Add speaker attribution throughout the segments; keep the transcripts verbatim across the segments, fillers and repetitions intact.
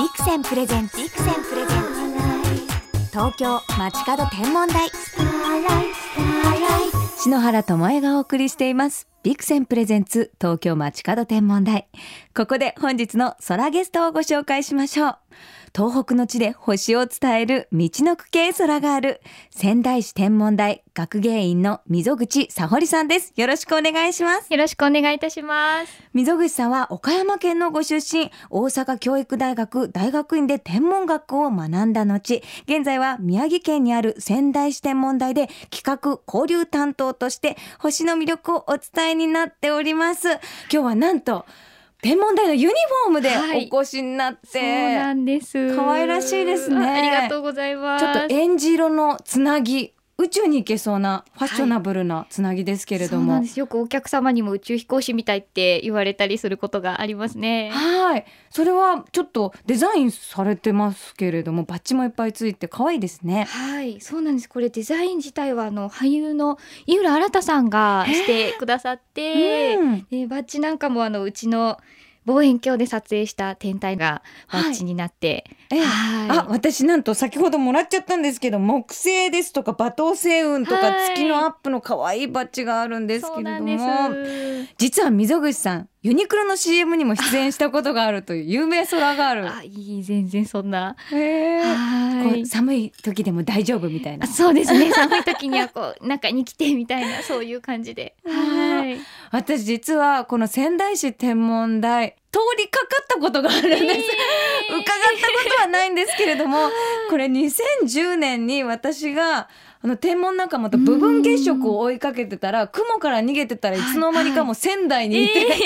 Speaker 1: ビクセンプレゼンツビクセンプレゼンツ東京街角天文台、篠原智恵がお送りしていますビクセンプレゼンツ東京街角天文台。ここで本日の空ゲストをご紹介しましょう。東北の地で星を伝える道の区系空がある仙台市天文台学芸員の溝口沙穂さんです。よろしくお願いします。
Speaker 2: よろしくお願いいたします。
Speaker 1: 溝口さんは岡山県のご出身、大阪教育大学大学院で天文学を学んだ後、現在は宮城県にある仙台市天文台で企画交流担当として星の魅力をお伝えになっております。今日はなんと天文台のユニフォームでお越しになって、はい、
Speaker 2: そうなんです。
Speaker 1: 可愛らしいですね。
Speaker 2: ありがとうございます。
Speaker 1: ちょっとエンジ色のつなぎ、宇宙に行けそうなファッショナブルなつなぎですけれども、はい、
Speaker 2: そうなんです。よくお客様にも宇宙飛行士みたいって言われたりすることがありますね。
Speaker 1: はい、それはちょっとデザインされてますけれども、バッジもいっぱいついて可愛いですね。
Speaker 2: はい、そうなんです。これデザイン自体はあの俳優の井浦新さんがしてくださって、うん、でバッジなんかもあのうちの望遠鏡で撮影した天体がバッジになって、
Speaker 1: はい、はい、あ、私なんと先ほどもらっちゃったんですけど、木星ですとか馬頭星雲とか月のアップの可愛いバッジがあるんですけれども、実は溝口さんユニクロの シーエム にも出演したことがあるという有名空ガール。
Speaker 2: あ、いい、全然そんな、
Speaker 1: へー、こう寒い時でも大丈夫みたいな。
Speaker 2: そうですね、寒い時にはこう中に来てみたいな、そういう感じではい、
Speaker 1: 私実はこの仙台市天文台通りかかったことがあるんです、えー、伺ったことはないんですけれども、これにせんじゅうねんに私があの天文仲間と部分月食を追いかけてたら、雲から逃げてたらいつの間にかもう仙台にいて、はいはい、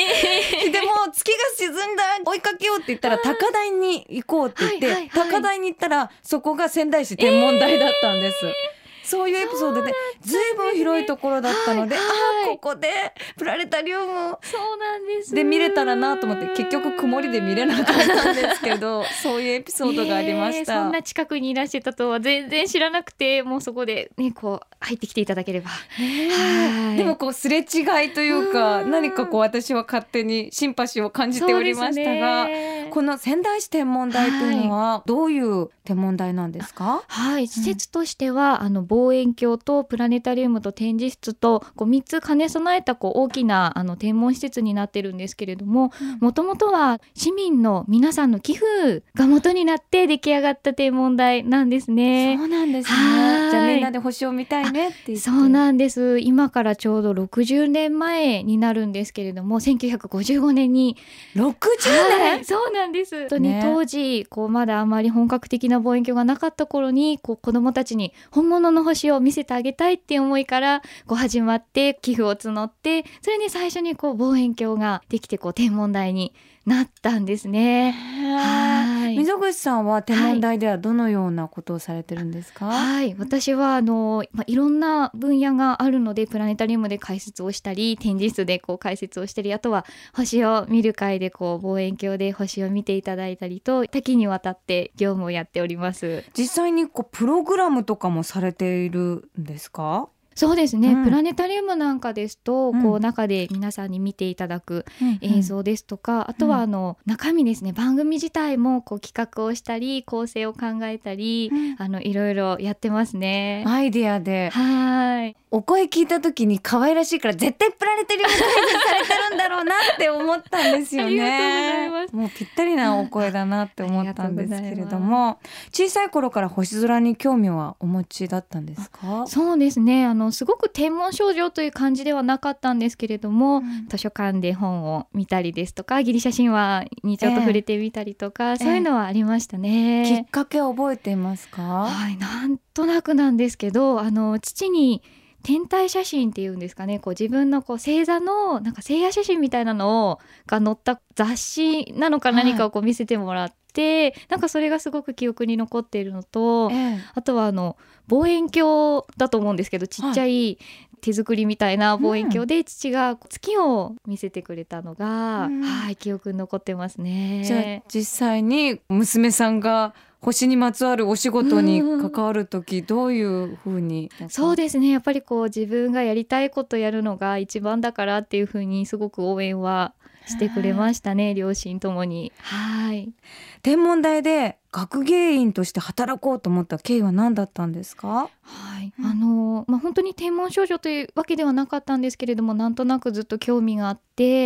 Speaker 1: でも月が沈んだ追いかけようって言ったら高台に行こうって言って、はいはいはい、高台に行ったらそこが仙台市天文台だったんです、えーそういうエピソードでずいぶん広いところだったので、はいはい、あここでプラネタリウム
Speaker 2: そうなんです
Speaker 1: で見れたらなと思って、結局曇りで見れなかったんですけどそういうエピソードがありました、
Speaker 2: えー、そんな近くにいらしてたとは全然知らなくて、もうそこで、ね、こう入ってきていただければ、
Speaker 1: はい、でもこうすれ違いというか、何かこう私は勝手にシンパシーを感じておりましたが、この仙台市天文台というのはどういう天文台なんですか？
Speaker 2: はい、施設としては、うん、あの望遠鏡とプラネタリウムと展示室とこうみっつ兼ね備えたこう大きなあの天文施設になってるんですけれども、もともとは市民の皆さんの寄付が元になって出来上がった天文台なんですね。
Speaker 1: そうなんですね。じゃあみんなで星を見たいねって言って。
Speaker 2: そうなんです。今からちょうどろくじゅうねんまえになるんですけれども、せんきゅうひゃくごじゅうごねんに
Speaker 1: ろくじゅうねん、
Speaker 2: はい、そうなんです。本当に当時こうまだあまり本格的な望遠鏡がなかった頃に、こう子どもたちに本物の星を見せてあげたいっていう思いからこう始まって寄付を募って、それに最初にこう望遠鏡ができてこう天文台になったんですね。
Speaker 1: はい、溝口さんは天文台ではどのようなことをされてるんですか？
Speaker 2: はい、私はあの、まあ、いろんな分野があるので、プラネタリウムで解説をしたり、展示室でこう解説をしたり、あとは星を見る会でこう望遠鏡で星を見ていただいたりと、多岐にわたって業務をやっております。
Speaker 1: 実際にこうプログラムとかもされているんですか？
Speaker 2: そうですね、うん、プラネタリウムなんかですと、うん、こう中で皆さんに見ていただく映像ですとか、うんうん、あとはあの中身ですね、番組自体もこう企画をしたり構成を考えたり、うん、あのいろいろやってますね。
Speaker 1: アイディアで。
Speaker 2: はい、
Speaker 1: お声聞いた時に可愛らしいから絶対プラネタリウム解説されてるんだろうなって思ったんですよね。
Speaker 2: ありがとうございます。
Speaker 1: もうぴったりなお声だなって思ったんですけれども、小さい頃から星空に興味はお持ちだったんですか？
Speaker 2: そうですね、あのすごく天文少女という感じではなかったんですけれども、うん、図書館で本を見たりですとか、ギリシャ神話にちょっと触れてみたりとか、えー、そういうのはありましたね。
Speaker 1: きっかけ覚えていますか？
Speaker 2: はい、なんとなくなんですけど、あの父に天体写真っていうんですかね、こう自分のこう星座のなんか星夜写真みたいなのをが載った雑誌なのか何かをこう見せてもらって、はい、なんかそれがすごく記憶に残っているのと、ええ、あとはあの望遠鏡だと思うんですけど、ちっちゃい手作りみたいな望遠鏡で父が月を見せてくれたのが、うん、はい、記憶に残ってますね。
Speaker 1: じゃあ実際に娘さんが星にまつわるお仕事に関わるとき、どういうふうに？
Speaker 2: そうですね、やっぱりこう自分がやりたいことやるのが一番だからっていうふうにすごく応援はしてくれましたね、両親ともに。はい。
Speaker 1: 天文台で学芸員として働こうと思った経緯は何だったんですか？
Speaker 2: はい、
Speaker 1: うん、
Speaker 2: あのまあ、本当に天文少女というわけではなかったんですけれども、なんとなくずっと興味があって、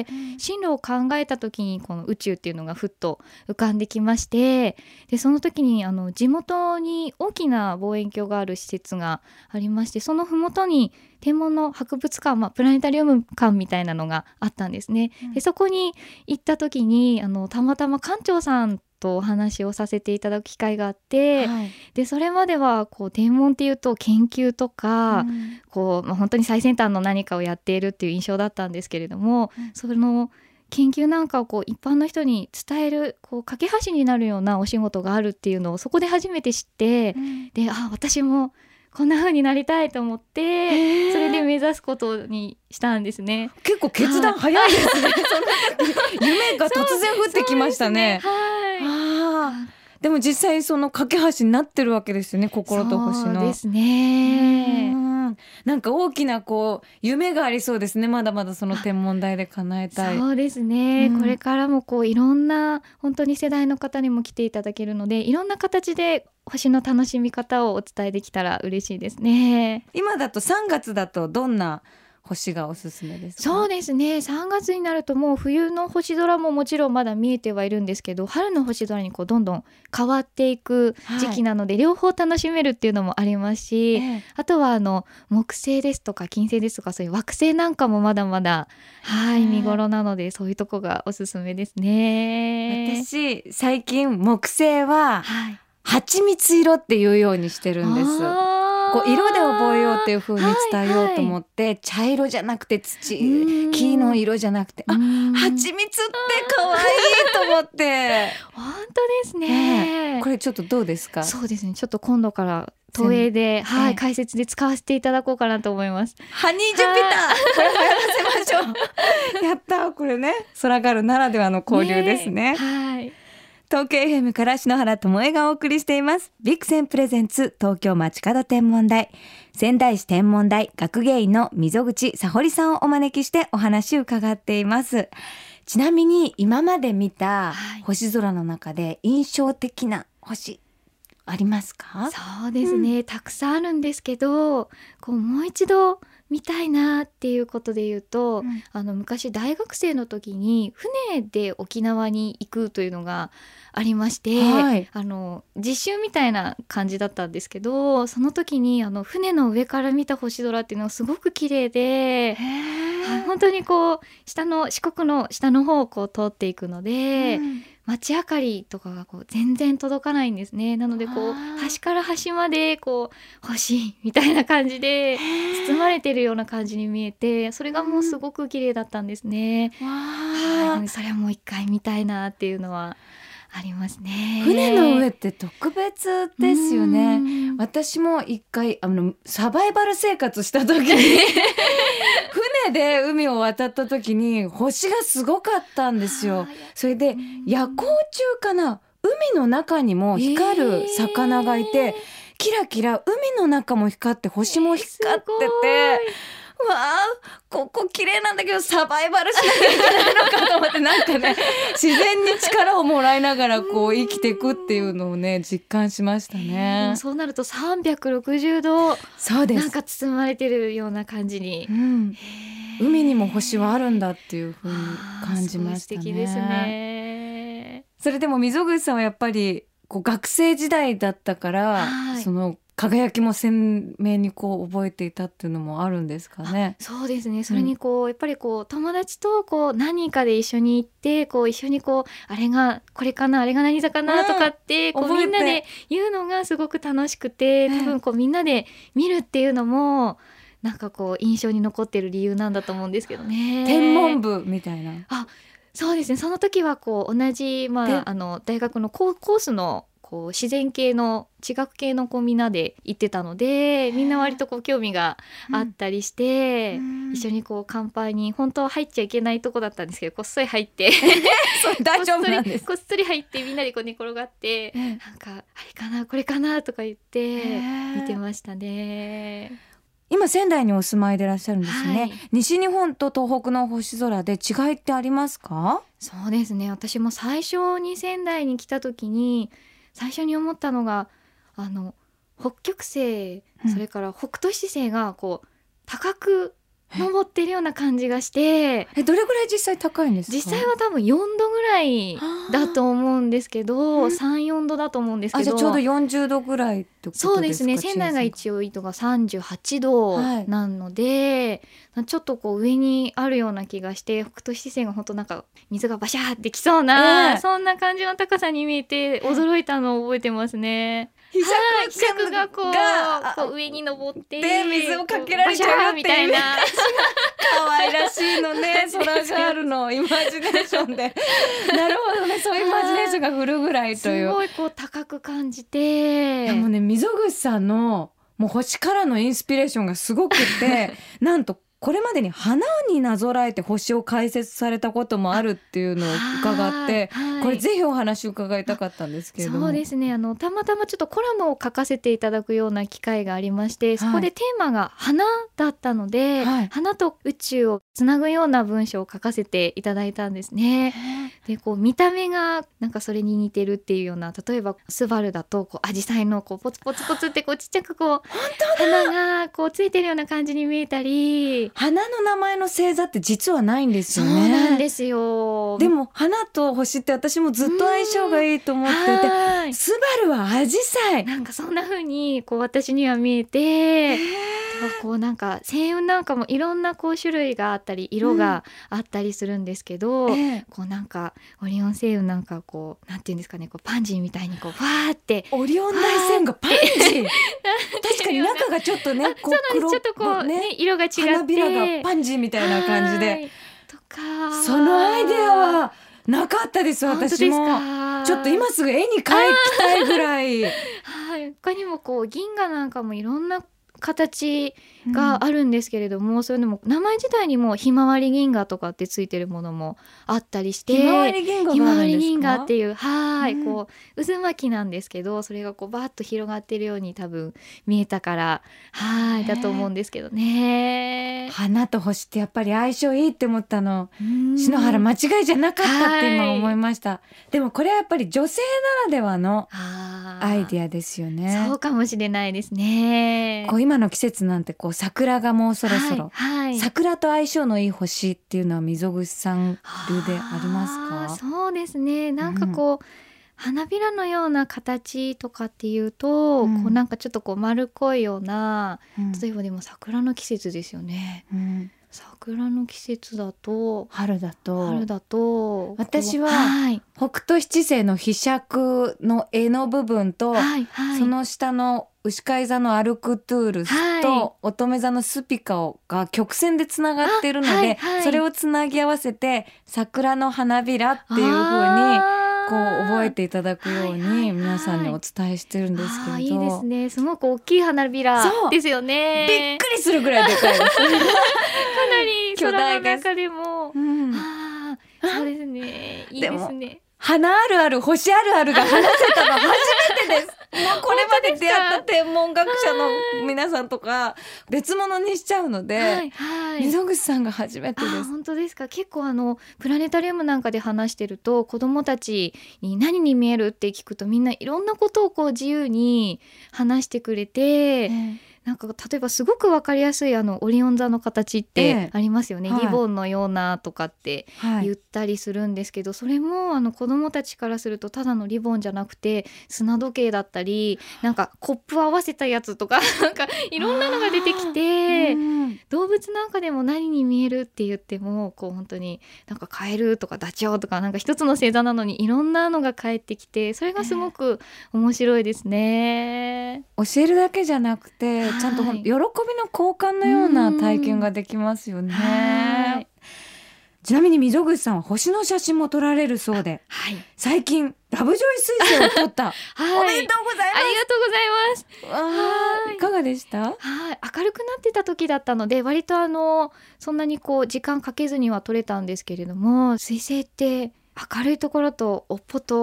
Speaker 2: うん、進路を考えた時にこの宇宙っていうのがふっと浮かんできまして、でその時にあの地元に大きな望遠鏡がある施設がありまして、その麓に天文の博物館、まあ、プラネタリウム館みたいなのがあったんですね。でそこに行った時にあのたまたま館長さんとお話をさせていただく機会があって、はい、でそれまではこう天文っていうと研究とか、うん、こうまあ、本当に最先端の何かをやっているっていう印象だったんですけれども、うん、その研究なんかをこう一般の人に伝えるこう架け橋になるようなお仕事があるっていうのをそこで初めて知って、うん、であ私もこんな風になりたいと思ってそれで目指すことにしたんですね。
Speaker 1: 結構決断早いですね、はい、その夢が突然降ってきましたね。でも実際その架け橋になってるわけですよね、心と星の。
Speaker 2: そうですね。
Speaker 1: うんなんか大きなこう夢がありそうですね。まだまだその天文台で叶えたい。
Speaker 2: そうですね、うん、これからもこういろんな本当に世代の方にも来ていただけるので、いろんな形で星の楽しみ方をお伝えできたら嬉しいですね。
Speaker 1: 今だとさんがつだとどんな星がおすすめですか？
Speaker 2: そうですね、さんがつになるともう冬の星空ももちろんまだ見えてはいるんですけど、春の星空にこうどんどん変わっていく時期なので、はい、両方楽しめるっていうのもありますし、ええ、あとはあの木星ですとか金星ですとかそういう惑星なんかもまだまだ、はい、見頃なのでそういうとこがおすすめですね。
Speaker 1: 私最近木星は蜂蜜色っていうようにしてるんです。こう色で覚えようっていう風に伝えようと思って、はいはい、茶色じゃなくて土木の色じゃなくてあ蜂蜜って可愛いと思って
Speaker 2: 本当ですね、
Speaker 1: えー、これちょっとどうですか？
Speaker 2: そうですね、ちょっと今度から投影で、はい、解説で使わせていただこうかなと思います。
Speaker 1: ハニージュピターこれ流行らせましょうやったこれね、空ガルならではの交流ですね。
Speaker 2: ね、はい、
Speaker 1: 東京 エフエム から篠原智恵がお送りしていますビクセンプレゼンツ東京街角天文台。仙台市天文台学芸員の溝口沙織さんをお招きしてお話を伺っています。ちなみに今まで見た星空の中で印象的な星ありますか？
Speaker 2: そうですね、うん、たくさんあるんですけど、こうもう一度見たいなっていうことで言うと、うん、あの昔大学生の時に船で沖縄に行くというのがありまして、はい、あの実習みたいな感じだったんですけど、その時にあの船の上から見た星空っていうのがすごく綺麗で、はい、本当にこう下の四国の下の方をこう通っていくので、うん、街明かりとかがこう全然届かないんですね。なのでこう端から端までこう星みたいな感じで包まれてるような感じに見えて、それがもうすごく綺麗だったんですね。うん、はい、それはもう一回見たいなっていうのはありますね。
Speaker 1: 船の上って特別ですよね。私も一回あのサバイバル生活した時に船で海を渡った時に星がすごかったんですよ。それで夜光中かな、海の中にも光る魚がいて、えー、キラキラ海の中も光って星も光ってて、えーわあここ綺麗なんだけどサバイバルしなきゃいけないのかと思ってなんかね自然に力をもらいながらこう生きていくっていうのをね実感しましたね。
Speaker 2: えー、そうなるとさんびゃくろくじゅうど
Speaker 1: そうです、
Speaker 2: なんか包まれてるような感じに、
Speaker 1: うん、海にも星はあるんだっていう風に感じましたね。
Speaker 2: 素敵ですね。
Speaker 1: それでも溝口さんはやっぱりこう学生時代だったから、はい、その輝きも鮮明にこう覚えていたっていうのもあるんですかね。
Speaker 2: そうですね、それにこう、うん、やっぱりこう友達とこう何人かで一緒に行ってこう一緒にこうあれがこれかなあれが何座かなとかって、うん、こうみんなで言うのがすごく楽しくて、多分こうみんなで見るっていうのもなんかこう印象に残ってる理由なんだと思うんですけどね。
Speaker 1: 天文部みたいな。
Speaker 2: あ、そうですね、その時はこう同じ、まあ、あの大学のコースのこう自然系の地学系のこうみんなで行ってたので、みんな割とこう興味があったりして、うん、一緒にこう乾杯に本当は入っちゃいけないとこだったんですけどこっそり入って
Speaker 1: そう大丈夫なんです。
Speaker 2: こっそり入ってみんなでこう寝転がって、なんかあれかなこれかなとか言って見てましたね。
Speaker 1: 今仙台にお住まいでいらっしゃるんですね、
Speaker 2: はい、
Speaker 1: 西日本と東北の星空で違いってありますか？
Speaker 2: そうですね、私も最初に仙台に来た時に最初に思ったのがあの北極星、うん、それから北斗七星がこう高く登ってるような感じがして、
Speaker 1: えどれぐらい実際高いんですか？
Speaker 2: 実際は多分よんどぐらいだと思うんですけど、うん、さん、よんどだと思うんですけど、
Speaker 1: あじゃあちょうどよんじゅうどぐらいってことですか？
Speaker 2: そうですね、仙台が一応糸がさんじゅうはちどなので、はい、ちょっとこう上にあるような気がして、北斗七星が本当なんか水がバシャーってきそうな、えー、そんな感じの高さに見えて驚いたのを覚えてますね。
Speaker 1: ひしゃく、
Speaker 2: ひしゃくがこう、こう上に登って
Speaker 1: で水をかけられちゃうみたいな可愛らしいのね空があるのイマジネーションでなるほどね、そういうイマジネーションが降るぐらいという、
Speaker 2: すごいこう高く感じて、
Speaker 1: でもね溝口さんのもう星からのインスピレーションがすごくてなんとこれまでに花になぞらえて星を解説されたこともあるっていうのを伺って、はい、これぜひお話を伺いたかったんですけれども。
Speaker 2: そうですね、あのたまたまちょっとコラムを書かせていただくような機会がありまして、そこでテーマが花だったので、はい、花と宇宙をつなぐような文章を書かせていただいたんですね。でこう見た目がなんかそれに似てるっていうような、例えばスバルだとこうアジサイのこうポツポツポツってこうちっちゃくこう花がこうついてるような感じに見えたり、
Speaker 1: 花の名前の星座って実はないんですよね。
Speaker 2: そうなんですよ。
Speaker 1: でも花と星って私もずっと相性がいいと思っていて、スバルはアジサイ
Speaker 2: なんかそんな風にこう私には見えて、こうなんか星雲なんかもいろんなこう種類があったり色があったりするんですけど、うんえー、こうなんかオリオン星雲なんかこうなんていうんですかね、こうパンジーみたいにこうファーって
Speaker 1: オリオン大星雲がパンジー確かに中がちょっとねこう黒
Speaker 2: ちょっとこう、ね、色が違って
Speaker 1: 花びらがパンジーみたいな感じで
Speaker 2: とか、
Speaker 1: そのアイデアはなかったです私も。ちょっと今すぐ絵に描きたいぐらいはい、
Speaker 2: 他にもこう銀河なんかもいろんな形があるんですけれども、うん、そういうのも名前自体にもひまわり銀河とかってついてるものもあったりして、
Speaker 1: ひまわり銀河があるんですか？ひまわり銀河
Speaker 2: っていうはい、うん、こう渦巻きなんですけど、それがこうバーッと広がってるように多分見えたからはいだと思うんですけどね。
Speaker 1: 花と星ってやっぱり相性いいって思ったの篠原間違いじゃなかったって今思いました、はい、でもこれはやっぱり女性ならではのアイディアですよね。
Speaker 2: そうかもしれないですね。
Speaker 1: こう今の季節なんてこう桜がもうそろそろ、はいはい、桜と相性のいい星っていうのは溝口さん流でありますか？
Speaker 2: そうですね、なんかこう、うん、花びらのような形とかっていうと、うん、こうなんかちょっとこう丸っこいような、うん、例えばでも桜の季節ですよね、うん、桜の季節だと
Speaker 1: 春だと
Speaker 2: 春だと
Speaker 1: 私は、はい、北斗七星の柄杓の絵の部分と、はいはい、その下の牛飼い座のアルクトゥールスと、はい、乙女座のスピカが曲線でつながってるので、はいはい、それをつなぎ合わせて桜の花びらっていう風にこう覚えていただくように皆さんにお伝えしてるんですけれど、はいはいはい、
Speaker 2: いいですね。すごく大きい花びらですよね。
Speaker 1: びっくりするぐらいでかいですかな
Speaker 2: り空の中でも、うん、あそうですね、いいですね。
Speaker 1: 花あるある星あるあるが話せたの初めてですもうこれまで出会った天文学者の皆さんとか別物にしちゃうので、はいはい、溝口さんが初めてです。
Speaker 2: 本当ですか。結構あのプラネタリウムなんかで話してると子どもたちに何に見えるって聞くとみんないろんなことをこう自由に話してくれて、うんなんか例えばすごく分かりやすいあのオリオン座の形ってありますよね、ええはい、リボンのようなとかって言ったりするんですけど、はい、それもあの子どもたちからするとただのリボンじゃなくて砂時計だったりなんかコップを合わせたやつとかなんかいろんなのが出てきて、うん、動物なんかでも何に見えるって言ってもこう本当になんかカエルとかダチョウとかなんか一つの星座なのにいろんなのが返ってきてそれがすごく面白いですね、
Speaker 1: えー、教えるだけじゃなくてちゃんと喜びの交換のような体験ができますよね。はいちなみに溝口さんは星の写真も撮られるそうで、はい、最近ラブジョイ彗星を撮った、はい、おめでとうございます。
Speaker 2: ありがとうございます。
Speaker 1: はいいかがでした？はい
Speaker 2: 明るくなってた時だったので割とあのそんなにこう時間かけずには撮れたんですけれども、彗星って明るいところと尾っぽと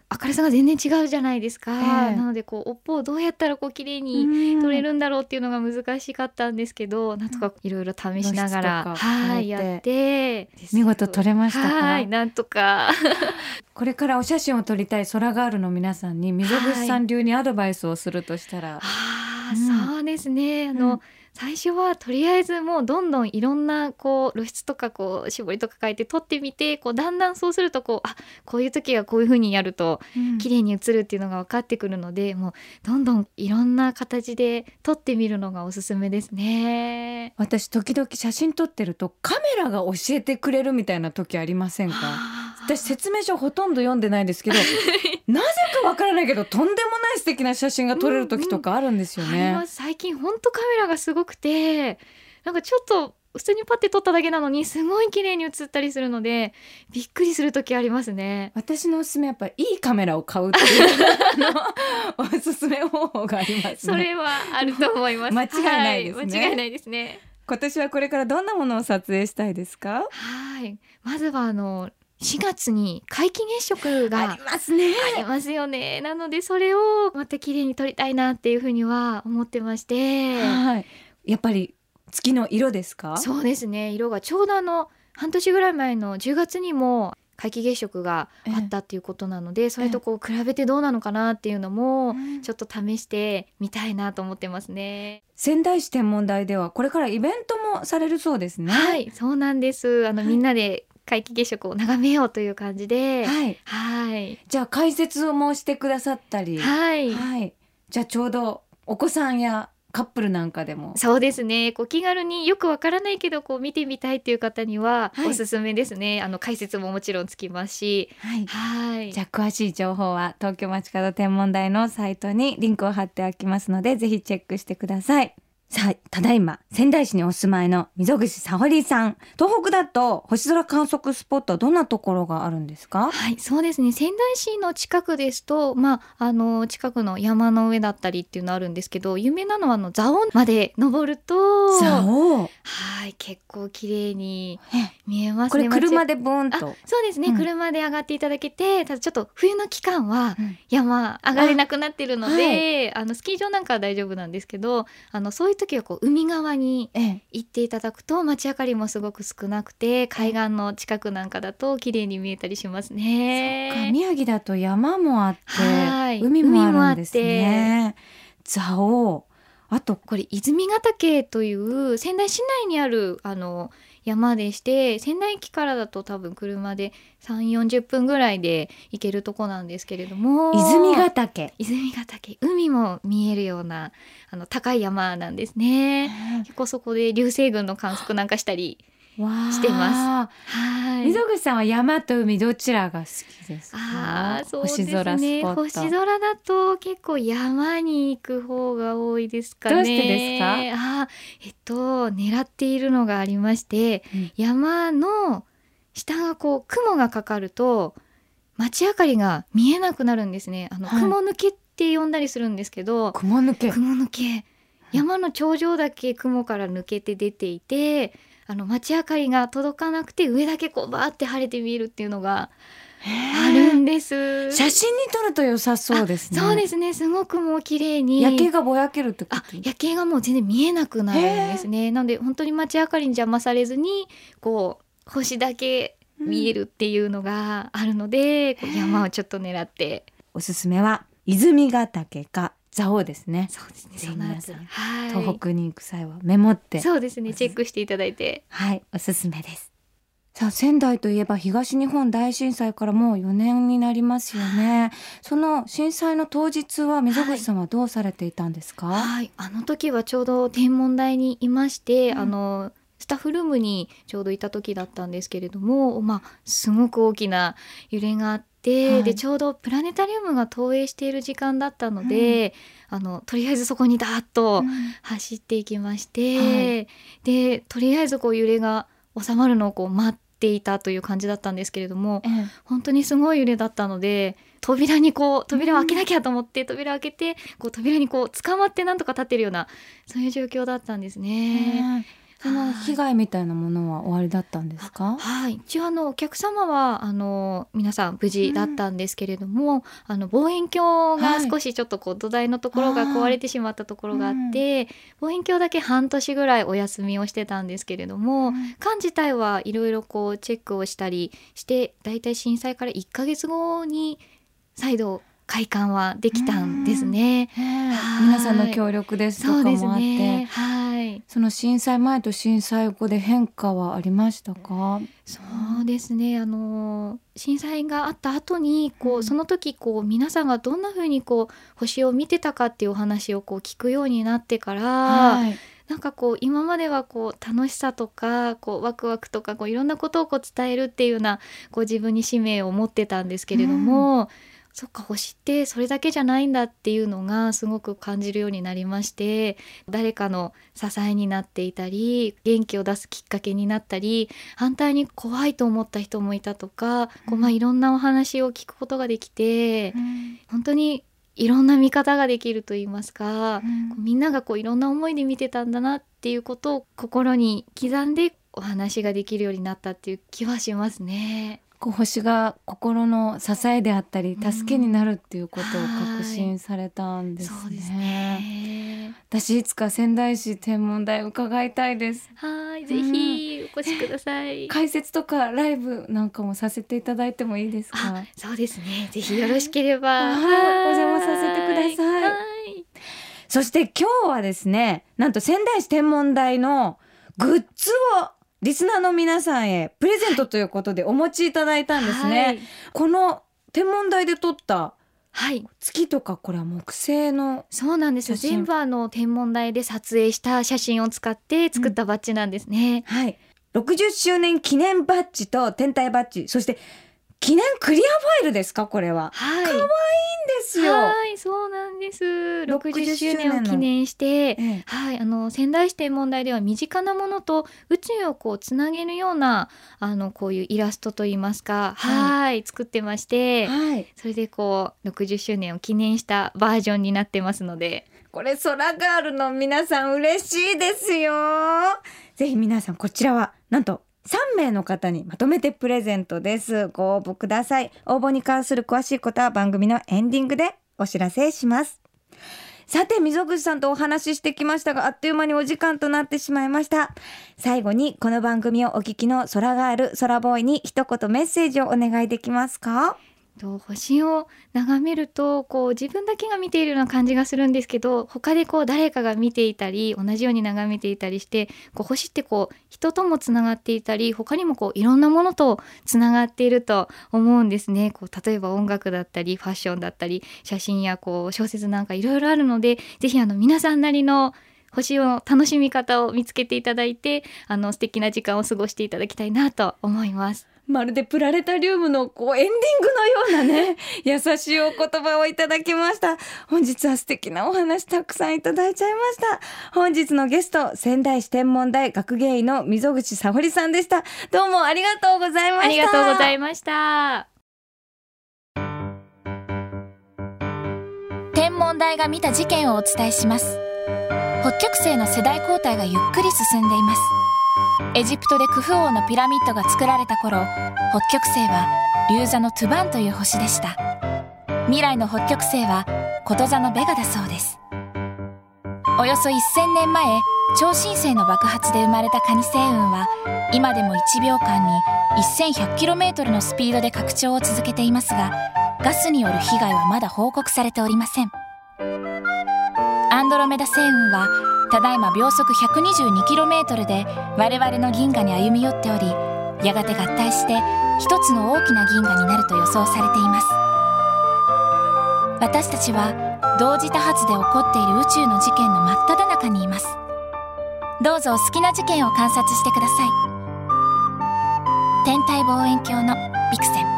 Speaker 2: 明るさが全然違うじゃないですか、
Speaker 1: ええ
Speaker 2: なのでこう尾っぽをどうやったらこう綺麗に撮れるんだろうっていうのが難しかったんですけど、なんとかいろいろ試しながら、
Speaker 1: 露出とか
Speaker 2: はい
Speaker 1: 変えて
Speaker 2: やって
Speaker 1: 見事撮れましたか？
Speaker 2: はい、なんとか
Speaker 1: これからお写真を撮りたい空ガールの皆さんに溝口さん流にアドバイスをするとしたら、
Speaker 2: あー、
Speaker 1: うん
Speaker 2: そうですね、あの、
Speaker 1: うん
Speaker 2: 最初はとりあえずもうどんどんいろんなこう露出とかこう絞りとか変えて撮ってみて、こうだんだんそうするとこうあこういう時はこういう風にやると
Speaker 1: うん
Speaker 2: 綺麗に映るっていうのが分かってくるので、もうどんどんいろんな形で撮ってみるのがおすすめですね。
Speaker 1: 私時々写真撮ってるとカメラが教えてくれるみたいな時ありませんか？
Speaker 2: あー
Speaker 1: 私説明書ほとんど読んでないですけどなぜかわからないけどとんでもない素敵な写真が撮れる時とかあるんですよ
Speaker 2: あり
Speaker 1: ね。
Speaker 2: ます。最近ほんとカメラがすごくて、なんかちょっと普通にパッて撮っただけなのにすごい綺麗に写ったりするのでびっくりする時ありますね。
Speaker 1: 私のおすすめはやっぱりいいカメラを買うっていうあのおすすめ方法がありますね。
Speaker 2: それはあると思います
Speaker 1: 間違いないですね
Speaker 2: はい、間違いないですね。
Speaker 1: 今年はこれからどんなものを撮影したいですか？
Speaker 2: はい、まずはあのしがつに皆既月食が
Speaker 1: ありますね。
Speaker 2: ありますよね。なのでそれをまた綺麗に撮りたいなっていうふうには思ってまして、
Speaker 1: はい。やっぱり月の色ですか？
Speaker 2: そうですね、色がちょうどあの半年ぐらい前のじゅうがつにも皆既月食があったっていうことなので、それとこう比べてどうなのかなっていうのも
Speaker 1: うん
Speaker 2: ちょっと試してみたいなと思ってますね。
Speaker 1: 仙台市天文台ではこれからイベントもされるそうですね。
Speaker 2: はい、そうなんです。あの、
Speaker 1: はい
Speaker 2: みんなで皆既月食を眺めようという感じで、
Speaker 1: はい。
Speaker 2: はい、
Speaker 1: じゃあ解説をもしてくださったり、
Speaker 2: はい、
Speaker 1: はい。じゃあちょうどお子さんやカップルなんかでも。
Speaker 2: そうですね。こう気軽によくわからないけどこう見てみたいっていう方には
Speaker 1: はい
Speaker 2: おすすめですね。あの解説ももちろんつきますし、
Speaker 1: はい。
Speaker 2: はい。
Speaker 1: じゃあ詳しい情報は東京街角天文台のサイトにリンクを貼っておきますのでぜひチェックしてください。さあ、ただいま仙台市にお住まいの溝口沙織さん、東北だと星空観測スポットはどんなところがあるんですか？
Speaker 2: はい、そうですね。仙台市の近くですと、まあ、あの近くの山の上だったりっていうのあるんですけど、有名なのはあの蔵王まで登ると、
Speaker 1: 蔵王。
Speaker 2: はい、結構綺麗に
Speaker 1: え
Speaker 2: 見えますね。
Speaker 1: これ車
Speaker 2: で
Speaker 1: でブーン
Speaker 2: あ、
Speaker 1: と。
Speaker 2: そうですね、
Speaker 1: うん
Speaker 2: 車で上がっていただけて、ただちょっと冬の期間は
Speaker 1: うん
Speaker 2: 山上がれなくなってるので、
Speaker 1: あ
Speaker 2: あ、のスキー場なんかは大丈夫なんですけど、あのそういう時はこう海側に
Speaker 1: ええ。
Speaker 2: 行っていただくと街明かりもすごく少なくて、海岸の近くなんかだと綺麗に見えたりします
Speaker 1: そっか、
Speaker 2: ね。
Speaker 1: 宮城だと山もあって
Speaker 2: はい
Speaker 1: 海もあるんですね。蔵王。あと
Speaker 2: これ泉ヶ岳という仙台市内にあるあの山でして、仙台駅からだと多分車でさんじゅう、よんじゅっぷんぐらいで行けるとこなんですけれども、
Speaker 1: 泉ヶ岳。
Speaker 2: 泉ヶ岳、海も見えるようなあの高い山なんですね。結構そこで流星群の観測なんかしたり
Speaker 1: わあ
Speaker 2: してまはい。
Speaker 1: 溝口さんは山と海どちらが好きですか？
Speaker 2: あー、そうですね。
Speaker 1: 星空スポット。
Speaker 2: 星空だと結構山に行く方が多いですかね。
Speaker 1: どうしてですか？
Speaker 2: あー、えっと狙っているのがありまして、
Speaker 1: うん
Speaker 2: 山の下がこう雲がかかると街明かりが見えなくなるんですね。あの、
Speaker 1: はい
Speaker 2: 雲抜けって呼んだりするんですけど、
Speaker 1: 雲抜け。
Speaker 2: 雲抜け、山の頂上だけ雲から抜けて出ていて、あの街明かりが届かなくて上だけこうバーって晴れて見えるっていうのがあるんです。
Speaker 1: 写真に撮ると良さそうですね。
Speaker 2: そうですね、すごくもう綺麗に
Speaker 1: 夜景がぼやけるってこと。
Speaker 2: あ、夜景がもう全然見えなくなるんですね。なので本当に街明かりに邪魔されずにこう星だけ見えるっていうのがあるので、こう山をちょっと狙って。
Speaker 1: おすすめは泉ヶ岳か蔵王ですね。
Speaker 2: そうですね、
Speaker 1: ぜひ
Speaker 2: その
Speaker 1: 皆さん
Speaker 2: 後に、はい、
Speaker 1: 東北に行く際はメモって。
Speaker 2: そうですね、チェックしていただいて。
Speaker 1: はい、おすすめです。さあ、仙台といえば東日本大震災からもうよねんになりますよね。その震災の当日は溝口さんはどうされていたんですか？
Speaker 2: はい、あの時はちょうど天文台にいまして、
Speaker 1: うん
Speaker 2: あのスタッフルームにちょうどいた時だったんですけれども、まあ、すごく大きな揺れがあって、
Speaker 1: はい
Speaker 2: でちょうどプラネタリウムが投影している時間だったので、あのとりあえずそこにダーッと
Speaker 1: うん
Speaker 2: 走っていきまして、
Speaker 1: はい
Speaker 2: でとりあえずこう揺れが収まるのをこう待っていたという感じだったんですけれども、
Speaker 1: ええ
Speaker 2: 本当にすごい揺れだったので、扉にこう扉を開けなきゃと思って扉を開けて、こう扉にこう捕まってなんとか立ってるようなそういう状況だったんですね。
Speaker 1: その被害みたいなものは終わりだったんですか？
Speaker 2: はい、一応あのお客様はあの皆さん無事だったんですけれども、うん、あの望遠鏡が少しちょっとこう土台のところが壊れてしまったところがあって、うん、望遠鏡だけ半年ぐらいお休みをしてたんですけれども、うん、館自体はいろいろこうチェックをしたりしてだいたい震災からいっかげつごに再度開館はできたんですね。
Speaker 1: 皆さんの協力ですとかもあって、そうですね、
Speaker 2: はい、
Speaker 1: その震災前と震災後で変化はありましたか？
Speaker 2: そうですね、あの震災があった後にこう、うん、その時こう皆さんがどんな風にこう星を見てたかっていうお話をこう聞くようになってから、はい、なんかこう今まではこう楽しさとかこうワクワクとかこういろんなことをこう伝えるっていうようなこう自分に使命を持ってたんですけれども、うん、そっか星ってそれだけじゃないんだっていうのがすごく感じるようになりまして、誰かの支えになっていたり元気を出すきっかけになったり、反対に怖いと思った人もいたとか、うん、こうまあいろんなお話を聞くことができて、うん、本当にいろんな見方ができると言いますか、うん、みんながこういろんな思いで見てたんだなっていうことを心に刻んでお話ができるようになったっていう気はしますね。
Speaker 1: こう星が心の支えであったり助けになるっていうことを確信されたんですね。
Speaker 2: そうですね。
Speaker 1: 私いつか仙台市天文台伺いたいです。
Speaker 2: はい、ぜひお越しください。
Speaker 1: 解説とかライブなんかもさせていただいてもいいですか？
Speaker 2: そうですね、ぜひよろしければ
Speaker 1: お邪魔させてください。はい、そして今日はですね、なんと仙台市天文台のグッズをリスナーの皆さんへプレゼントということでお持ちいただいたんですね。はい、この天文台で撮った月とか、これは木星の、
Speaker 2: そうなんですよ。全部あの天文台で撮影した写真を使って作ったバッジなんですね。
Speaker 1: うん、はい、ろくじゅっしゅうねん記念バッジと天体バッジ、そして記念クリアファイルですか？これは、はい、かわいいんですよ。
Speaker 2: はい、そうなんです。ろくじゅっしゅうねんを記念して、ええ、はい、あの仙台市天文台では身近なものと宇宙をこうつなげるようなあのこういうイラストといいますか、はい、はい作ってまして、はい、それでこうろくじゅっしゅうねんを記念したバージョンになってますので、
Speaker 1: これ空ガールの皆さん嬉しいですよ。ぜひ皆さんこちらはなんとさんめいの方にまとめてプレゼントです。ご応募ください。応募に関する詳しいことは番組のエンディングでお知らせします。さて、溝口さんとお話ししてきましたが、あっという間にお時間となってしまいました。最後にこの番組をお聞きの空ガール、空ボーイに一言メッセージをお願いできますか？
Speaker 2: 星を眺めるとこう自分だけが見ているような感じがするんですけど、他でこう誰かが見ていたり同じように眺めていたりして、こう星ってこう人ともつながっていたり、他にもこういろんなものとつながっていると思うんですね。こう例えば音楽だったりファッションだったり写真やこう小説なんかいろいろあるので、ぜひあの皆さんなりの星の楽しみ方を見つけていただいて、あの素敵な時間を過ごしていただきたいなと思います。
Speaker 1: まるでプラネタリウムのこうエンディングのようなね優しいお言葉をいただきました。本日は素敵なお話たくさんいただいちゃいました。本日のゲスト、仙台市天文台学芸員の溝口沙織さんでした。どうもありがとうございました。
Speaker 2: ありがとうございました。
Speaker 3: 天文台が見た事件をお伝えします。北極星の世代交代がゆっくり進んでいます。エジプトでクフ王のピラミッドが作られた頃、北極星は竜座のトゥバンという星でした。未来の北極星はこと座のベガだそうです。およそせんねんまえ、超新星の爆発で生まれたカニ星雲は今でもいちびょうかんにせんひゃくキロメートル のスピードで拡張を続けていますが、ガスによる被害はまだ報告されておりません。アンドロメダ星雲はただいま秒速 ひゃくにじゅうにキロメートル で我々の銀河に歩み寄っており、やがて合体して一つの大きな銀河になると予想されています。私たちは同時多発で起こっている宇宙の事件の真っ只中にいます。どうぞお好きな事件を観察してください。天体望遠鏡のビクセン。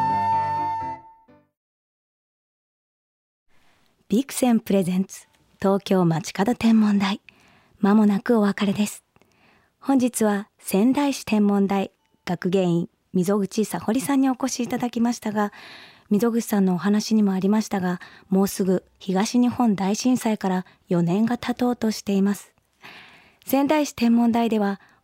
Speaker 4: ビクセンプレゼンツ東京街角天文台、まもなくお別れです。本日は仙台市天文台学芸員溝口沙織さんにお越しいただきましたが、溝口さんのお話にもありましたが、もうすぐ東日本大震災からよねんが経とうとしています。仙台市天文台では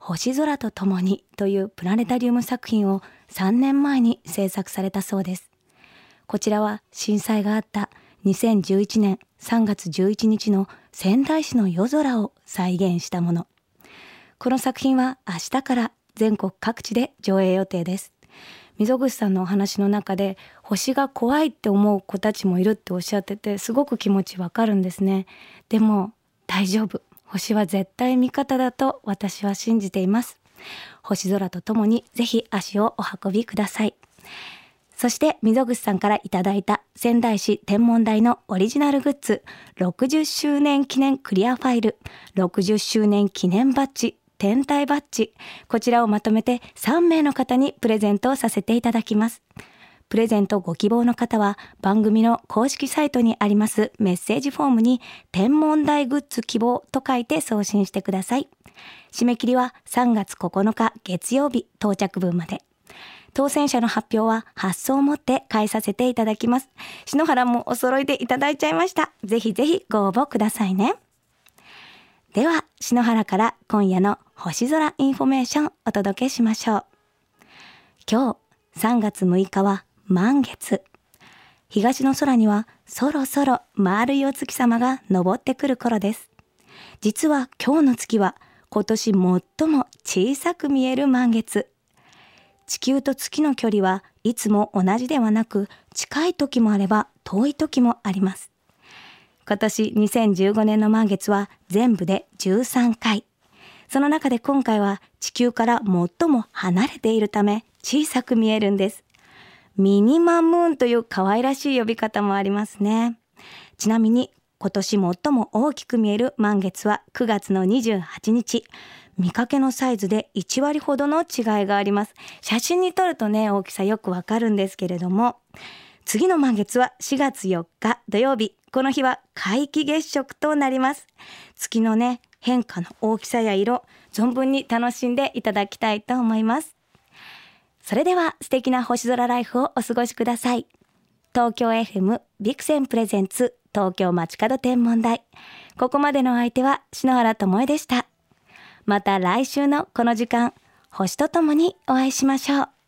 Speaker 4: 星空とともにというプラネタリウム作品をさんねんまえに制作されたそうです。こちらは震災があったにせんじゅういちねんさんがつじゅういちにちの仙台市の夜空を再現したもの。この作品は明日から全国各地で上映予定です。溝口さんのお話の中で星が怖いって思う子たちもいるっておっしゃってて、すごく気持ちわかるんですね。でも大丈夫、星は絶対味方だと私は信じています。星空とともにぜひ足をお運びください。そして溝口さんからいただいた仙台市天文台のオリジナルグッズ、ろくじゅっしゅうねん記念クリアファイル、ろくじゅっしゅうねん記念バッジ、天体バッジ、こちらをまとめてさんめいの方にプレゼントをさせていただきます。プレゼントご希望の方は番組の公式サイトにありますメッセージフォームに天文台グッズ希望と書いて送信してください。締め切りはさんがつここのか月曜日到着分まで。当選者の発表は発送をもって返させていただきます。篠原もお揃いでいただいちゃいました。ぜひぜひご応募くださいね。では篠原から今夜の星空インフォメーションお届けしましょう。今日さんがつむいかは満月。東の空にはそろそろ丸いお月様が昇ってくる頃です。実は今日の月は今年最も小さく見える満月。地球と月の距離はいつも同じではなく、近い時もあれば遠い時もあります。今年にせんじゅうごねんの満月は全部でじゅうさんかい。その中で今回は地球から最も離れているため小さく見えるんです。ミニマムーンという可愛らしい呼び方もありますね。ちなみに今年最も大きく見える満月はくがつのにじゅうはちにち。見かけのサイズでいちわりほどの違いがあります。写真に撮るとね、大きさよくわかるんですけれども、次の満月はしがつよっか土曜日。この日は皆既月食となります。月のね、変化の大きさや色、存分に楽しんでいただきたいと思います。それでは素敵な星空ライフをお過ごしください。東京 エフエム ビクセンプレゼンツ東京街角天文台。ここまでの相手は篠原ともえでした。また来週のこの時間、星とともにお会いしましょう。